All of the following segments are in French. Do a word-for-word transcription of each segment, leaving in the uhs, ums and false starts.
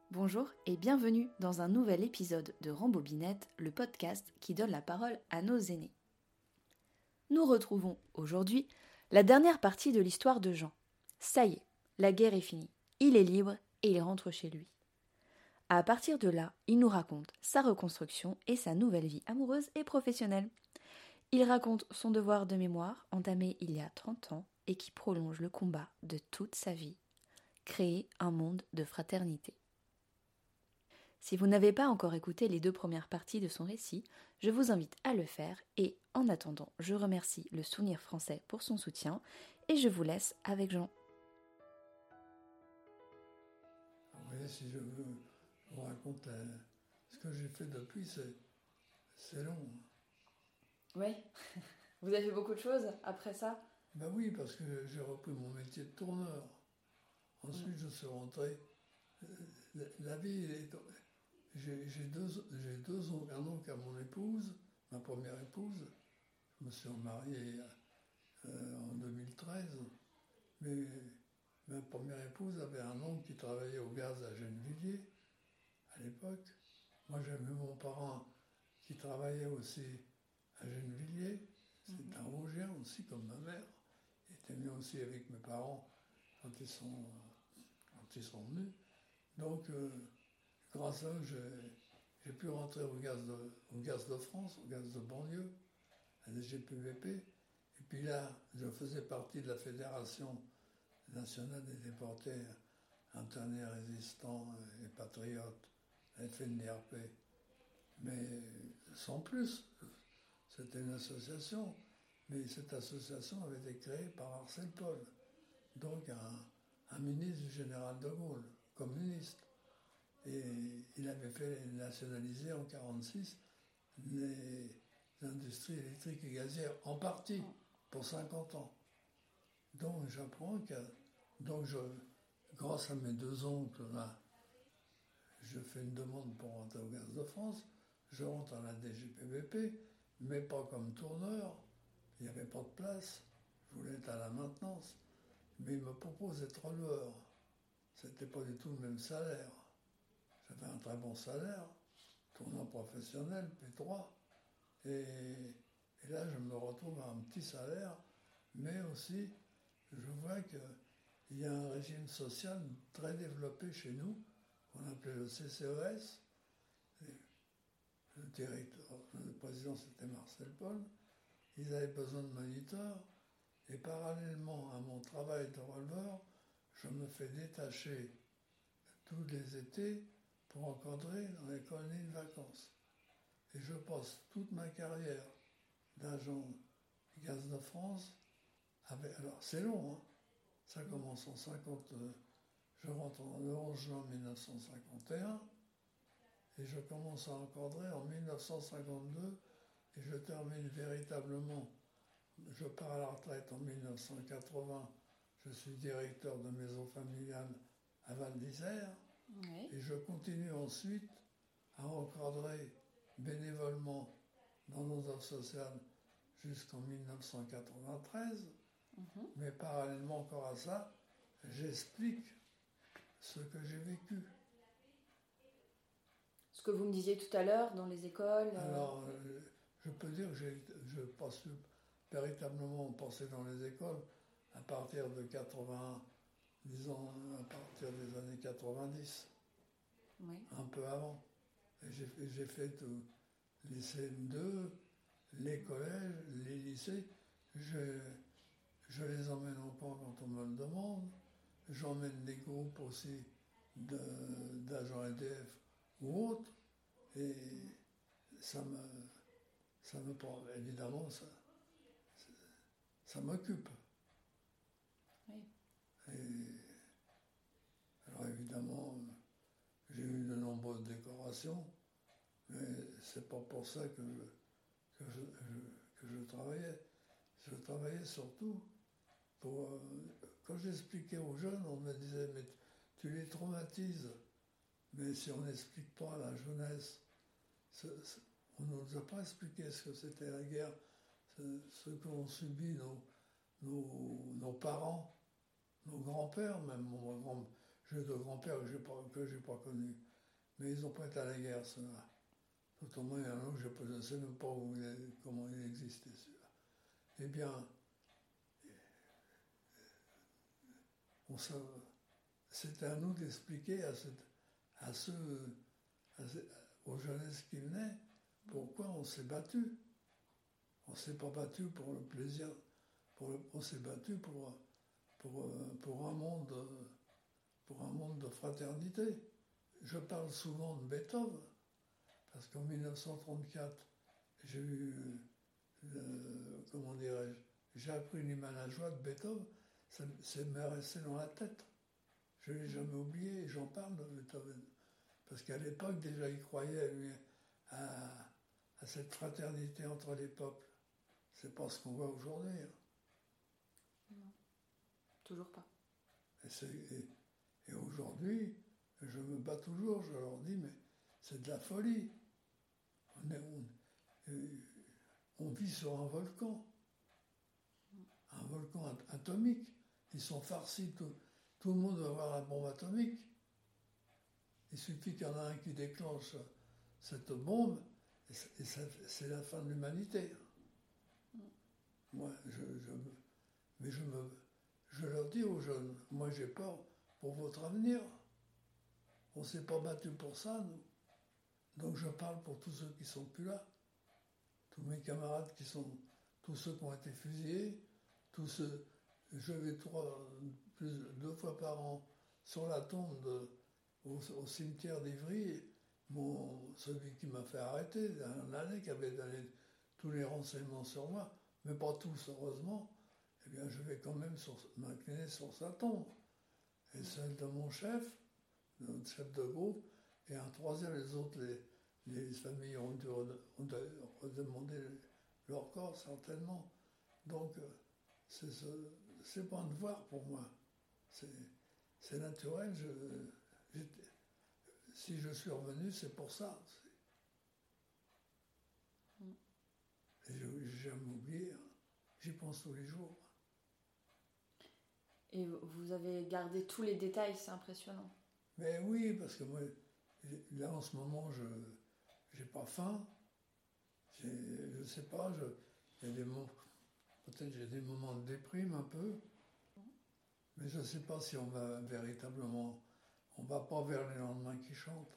Bonjour et bienvenue dans un nouvel épisode de Rambobinette, le podcast qui donne la parole à nos aînés. Nous retrouvons aujourd'hui la dernière partie de l'histoire de Jean. Ça y est, la guerre est finie, il est libre et il rentre chez lui. À partir de là, il nous raconte sa reconstruction et sa nouvelle vie amoureuse et professionnelle. Il raconte son devoir de mémoire entamé il y a trente ans et qui prolonge le combat de toute sa vie, créer un monde de fraternité. Si vous n'avez pas encore écouté les deux premières parties de son récit, je vous invite à le faire et, en attendant, je remercie le Souvenir français pour son soutien et je vous laisse avec Jean. Vous voyez, si je veux vous raconter ce que j'ai fait depuis, c'est, c'est long. Oui, vous avez fait beaucoup de choses après ça ? Ben oui, parce que j'ai repris mon métier de tourneur. Ensuite, mmh. je suis rentré. La, la vie, est, j'ai, j'ai, deux, j'ai deux oncles, un oncle à mon épouse, ma première épouse. Je me suis remarié euh, en deux mille treize. Mais ma première épouse avait un oncle qui travaillait au gaz à Gennevilliers, à l'époque. Moi, j'avais mon parent qui travaillait aussi à Gennevilliers. C'est mmh. un Vosgien aussi, comme ma mère. Il était venu aussi avec mes parents quand ils sont, quand ils sont venus. Donc, euh, grâce à eux, j'ai, j'ai pu rentrer au gaz, de, au gaz de France, au gaz de banlieue, à la G P V P. Et puis là, je faisais partie de la Fédération nationale des déportés internés, résistants et patriotes, la F N D R P. Mais sans plus, c'était une association. Mais cette association avait été créée par Marcel Paul, donc un, un ministre du général de Gaulle, communiste. Et il avait fait nationaliser en mille neuf cent quarante-six les industries électriques et gazières, en partie, pour cinquante ans. Donc j'apprends que, donc je, grâce à mes deux oncles, là, je fais une demande pour rentrer au Gaz de France, je rentre à la D G P V P, mais pas comme tourneur, il n'y avait pas de place, je voulais être à la maintenance, mais il me propose d'être releveur. C'était pas du tout le même salaire. J'avais un très bon salaire, tourneur professionnel, P trois, et, et là je me retrouve à un petit salaire, mais aussi je vois qu'il y a un régime social très développé chez nous, qu'on appelait le C C E S. Le directeur, le président c'était Marcel Paul. Ils avaient besoin de moniteurs, et parallèlement à mon travail de releveur, je me fais détacher tous les étés pour encadrer dans les colonies de vacances. Et je passe toute ma carrière d'agent Gaz de France. Avec, alors c'est long, hein. Ça commence en cinquante. Euh, je rentre le onze juin mille neuf cent cinquante et un et je commence à encadrer en mille neuf cent cinquante-deux et je termine véritablement. Je pars à la retraite en mille neuf cent quatre-vingts. Je suis directeur de maison familiale à Val d'Isère. Oui. Et je continue ensuite à encadrer bénévolement dans nos offres sociales jusqu'en mille neuf cent quatre-vingt-treize. Mmh. Mais parallèlement encore à ça, j'explique ce que j'ai vécu. Ce que vous me disiez tout à l'heure dans les écoles. Euh... Alors, euh, je peux dire que j'ai, je pense véritablement penser dans les écoles à partir de quatre-vingts, disons à partir des années quatre-vingt-dix, oui. Un peu avant. Et j'ai, j'ai fait tout, les C M deux, les collèges, les lycées. Je, je les emmène encore quand on me le demande. J'emmène des groupes aussi de, d'agents E D F ou autres. Et ça me, ça me prend, évidemment, ça, ça m'occupe. Oui. Et, alors évidemment, j'ai eu de nombreuses décorations, mais c'est pas pour ça que je, que je, je, que je travaillais. Je travaillais surtout pour... Euh, quand j'expliquais aux jeunes, on me disait « mais tu les traumatises ». Mais si on n'explique pas à la jeunesse, c'est, c'est, on ne nous a pas expliqué ce que c'était la guerre, ce qu'ont subi nos, nos, nos parents, nos grands-pères, même mon grand, j'ai deux grands-pères que je n'ai pas, que j'ai pas connus. Mais ils n'ont pas été à la guerre, ceux-là. Tout au moins, il y en a un que je ne sais même pas où il, comment il existait, celui-là. Eh bien, on se, c'était à nous d'expliquer à, cette, à ceux, à, aux jeunesses qui venaient, pourquoi on s'est battu. On ne s'est pas battu pour le plaisir, pour le, on s'est battu pour, pour, pour, un monde, pour un monde de fraternité. Je parle souvent de Beethoven, parce qu'en mille neuf cent trente-quatre, j'ai eu, le, comment dirais-je, j'ai appris l'hymne à la joie de Beethoven, ça, ça m'est resté dans la tête. Je ne l'ai jamais oublié et j'en parle de Beethoven. Parce qu'à l'époque, déjà, il croyait lui, à, à cette fraternité entre les peuples. C'est pas ce qu'on voit aujourd'hui. Hein. Non, toujours pas. Et, et, et aujourd'hui, je me bats toujours, je leur dis, mais c'est de la folie. On, est, on, on vit sur un volcan. Un volcan atomique. Ils sont farcis, tout, tout le monde va avoir la bombe atomique. Il suffit qu'il y en a un qui déclenche cette bombe, et, et ça, c'est la fin de l'humanité. Mm. Moi, je, je, mais je, me, je leur dis aux jeunes, moi j'ai peur pour votre avenir. On ne s'est pas battu pour ça, nous. Donc je parle pour tous ceux qui ne sont plus là. Tous mes camarades qui sont, tous ceux qui ont été fusillés, tous ceux, je vais trois, plus, deux fois par an sur la tombe de, au, au cimetière d'Ivry, mon, celui qui m'a fait arrêter, un année qui avait donné tous les renseignements sur moi, mais pas tous heureusement, eh bien je vais quand même m'incliner sur sa tombe. Et celle de mon chef, de notre chef de groupe, et un troisième, les autres, les, les familles ont dû redemander leur corps certainement. Donc c'est, ce, c'est pas un devoir pour moi. C'est, c'est naturel. Je, si je suis revenu, c'est pour ça. Mm. Et je n'ai jamais oublié. Hein. J'y pense tous les jours. Et vous avez gardé tous les détails, c'est impressionnant. Mais oui, parce que moi, là en ce moment, je n'ai pas faim. J'ai, je ne sais pas, il y a des moments, peut-être j'ai des moments de déprime un peu. Mais je ne sais pas si on va véritablement, on ne va pas vers les lendemains qui chantent.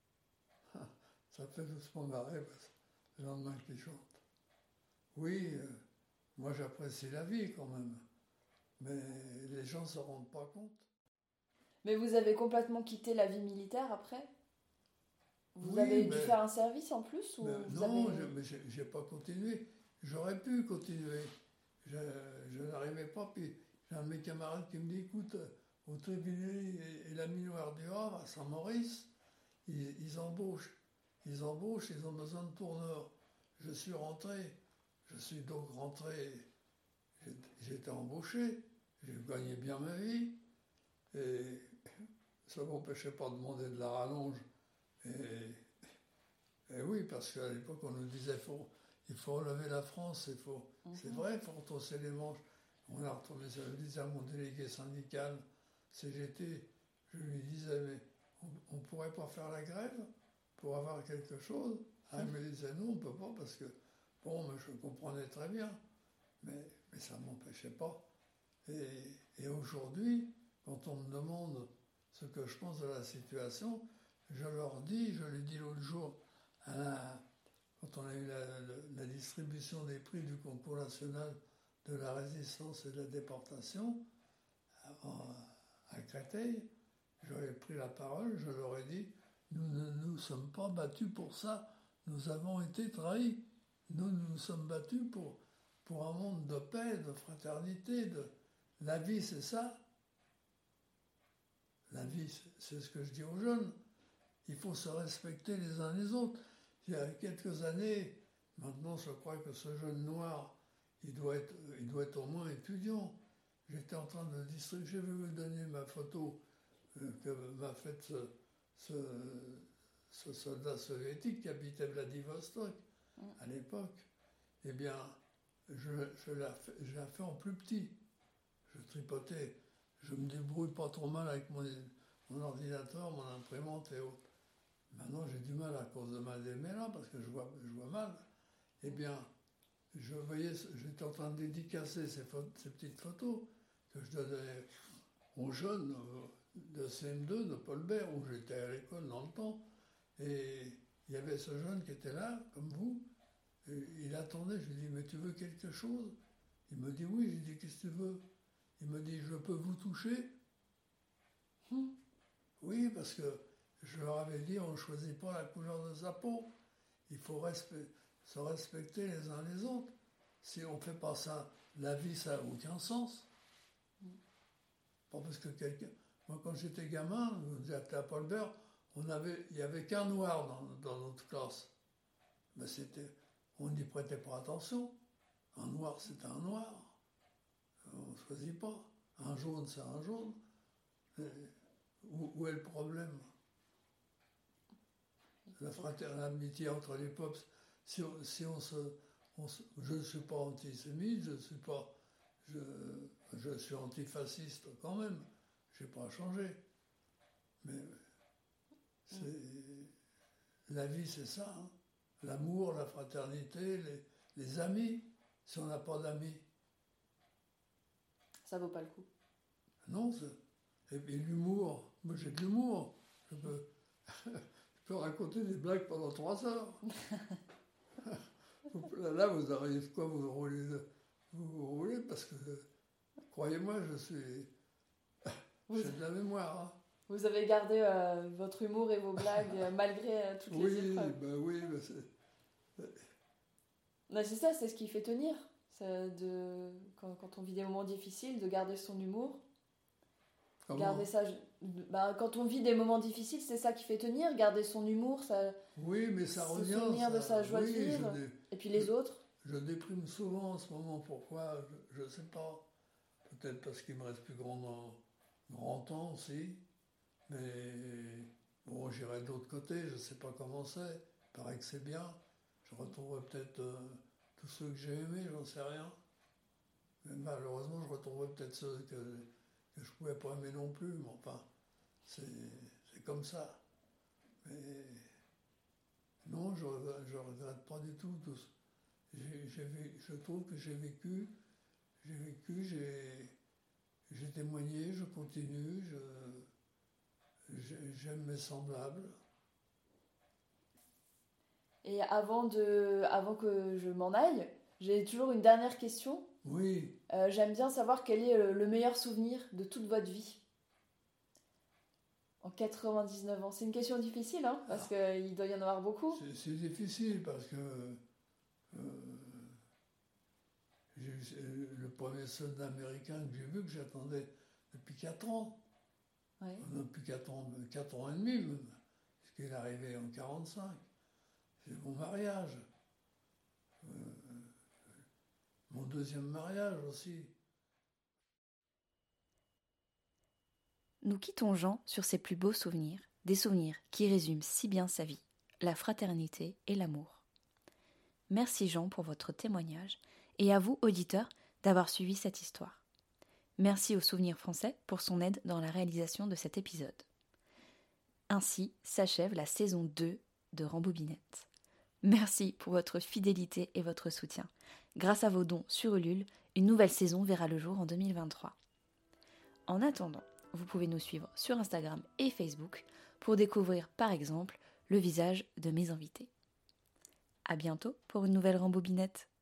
Ça fait doucement marrer, parce que les lendemains qui chantent. Oui, euh, moi j'apprécie la vie quand même, mais les gens ne se rendent pas compte. Mais vous avez complètement quitté la vie militaire après ? Vous oui, avez mais, dû faire un service en plus ou vous non, avez... je, mais je n'ai pas continué. J'aurais pu continuer. Je, je n'arrivais pas, puis j'ai un de mes camarades qui me dit, écoute, au tribunal et la minoire du Havre, à Saint-Maurice, ils, ils embauchent. Ils embauchent, ils ont besoin de tourneurs. Je suis rentré. Je suis donc rentré. J'ai, j'ai été embauché. J'ai gagné bien ma vie. Et ça ne m'empêchait pas de demander de la rallonge. Et, et oui, parce qu'à l'époque, on nous disait faut, il faut relever la France. Il faut, mm-hmm. C'est vrai, il faut retrousser les manches. On a retrouvé ça. Je disais à mon délégué syndical, C G T, je lui disais, mais on ne pourrait pas faire la grève pour avoir quelque chose. Ah, il me disait non, on ne peut pas parce que, bon, mais je comprenais très bien, mais, mais ça ne m'empêchait pas. Et, et aujourd'hui, quand on me demande ce que je pense de la situation, je leur dis, je l'ai dit l'autre jour, à la, quand on a eu la, la, la distribution des prix du concours national de la résistance et de la déportation à, à Créteil, j'aurais pris la parole, je leur ai dit, nous ne nous, nous sommes pas battus pour ça, nous avons été trahis. Nous nous, nous sommes battus pour, pour un monde de paix, de fraternité, de... La vie, c'est ça. La vie, c'est ce que je dis aux jeunes. Il faut se respecter les uns les autres. Il y a quelques années, maintenant je crois que ce jeune noir, il doit être, il doit être au moins étudiant. J'étais en train de distribuer, je vais vous donner ma photo euh, que m'a faite ce, ce, ce soldat soviétique qui habitait Vladivostok à l'époque. Eh bien, je, je, la, je la fais en plus petit. Je tripotais. Je me débrouille pas trop mal avec mon, mon ordinateur, mon imprimante et autres. Maintenant, j'ai du mal à cause de ma D M L A parce que je vois, je vois mal. Eh bien, je voyais, j'étais en train de dédicacer ces, photos, ces petites photos que je donnais aux jeunes de C M deux, de Paul Bert, où j'étais à l'école dans le temps. Et il y avait ce jeune qui était là, comme vous. Et il attendait, je lui dis, mais tu veux quelque chose? Il me dit oui, j'ai dit, qu'est-ce que tu veux? Il me dit, je peux vous toucher? Mmh. Oui, parce que je leur avais dit, on ne choisit pas la couleur de sa peau. Il faut respect, se respecter les uns les autres. Si on ne fait pas ça, la vie, ça n'a aucun sens. Mmh. Pas parce que quelqu'un... Moi, quand j'étais gamin, j'étais à Paul Bert, on avait, il n'y avait qu'un noir dans, dans notre classe. Mais c'était, on n'y prêtait pas attention. Un noir, c'est un noir. On ne choisit pas. Un jaune, c'est un jaune. Et où, où est le problème? La fraternité, l'amitié entre les peuples. Si on, si on se, on se... Je ne suis pas antisémite, je suis pas... Je, je suis antifasciste quand même. Je n'ai pas changé. Mais c'est, la vie, c'est ça. Hein. L'amour, la fraternité, les, les amis. Si on n'a pas d'amis. Ça vaut pas le coup. Non, c'est... Et puis l'humour. Moi, j'ai de l'humour. Je peux, je peux raconter des blagues pendant trois heures. Là, vous arrivez quoi, vous roulez, vous, vous roulez parce que, croyez-moi, je suis... Vous... J'ai de la mémoire. Hein. Vous avez gardé euh, votre humour et vos blagues euh, malgré euh, toutes oui, les épreuves. Bah oui, bah c'est... Ben c'est ça, c'est ce qui fait tenir. De, quand, quand on vit des moments difficiles, de garder son humour. Comment? Garder ça, ben, quand on vit des moments difficiles, c'est ça qui fait tenir. Garder son humour, ça, oui, mais ça se revient. souvenir Ça, de sa joie oui, de vivre. Dé... Et puis les je, autres. Je déprime souvent en ce moment. Pourquoi? Je ne sais pas. Peut-être parce qu'il me reste plus grand, dans, grand temps aussi. Mais bon, j'irai de l'autre côté. Je ne sais pas comment c'est. Il paraît que c'est bien. Je retrouverai peut-être... Euh, tous ceux que j'ai aimés, j'en sais rien. Mais malheureusement, je retrouverai peut-être ceux que, que je ne pouvais pas aimer non plus, mais enfin, c'est, c'est comme ça. Mais non, je ne regrette pas du tout tout ça. J'ai, j'ai, je trouve que j'ai vécu, j'ai vécu, j'ai, j'ai témoigné, je continue, je, j'aime mes semblables. Et avant, de, avant que je m'en aille, j'ai toujours une dernière question. Oui. Euh, j'aime bien savoir quel est le, le meilleur souvenir de toute votre vie. En quatre-vingt-dix-neuf ans. C'est une question difficile, hein, parce qu'il doit y en avoir beaucoup. C'est, c'est difficile parce que euh, j'ai, le premier soldat américain que j'ai vu, que j'attendais depuis quatre ans. Ouais. Depuis quatre ans, quatre ans et demi même, puisqu'il est arrivé en quarante-cinq. C'est mon mariage. Euh, mon deuxième mariage aussi. Nous quittons Jean sur ses plus beaux souvenirs, des souvenirs qui résument si bien sa vie, la fraternité et l'amour. Merci Jean pour votre témoignage et à vous, auditeurs, d'avoir suivi cette histoire. Merci au Souvenir Français pour son aide dans la réalisation de cet épisode. Ainsi s'achève la saison deux de Rambobinette. Merci pour votre fidélité et votre soutien. Grâce à vos dons sur Ulule, une nouvelle saison verra le jour en deux mille vingt-trois. En attendant, vous pouvez nous suivre sur Instagram et Facebook pour découvrir par exemple le visage de mes invités. À bientôt pour une nouvelle Rambobinette.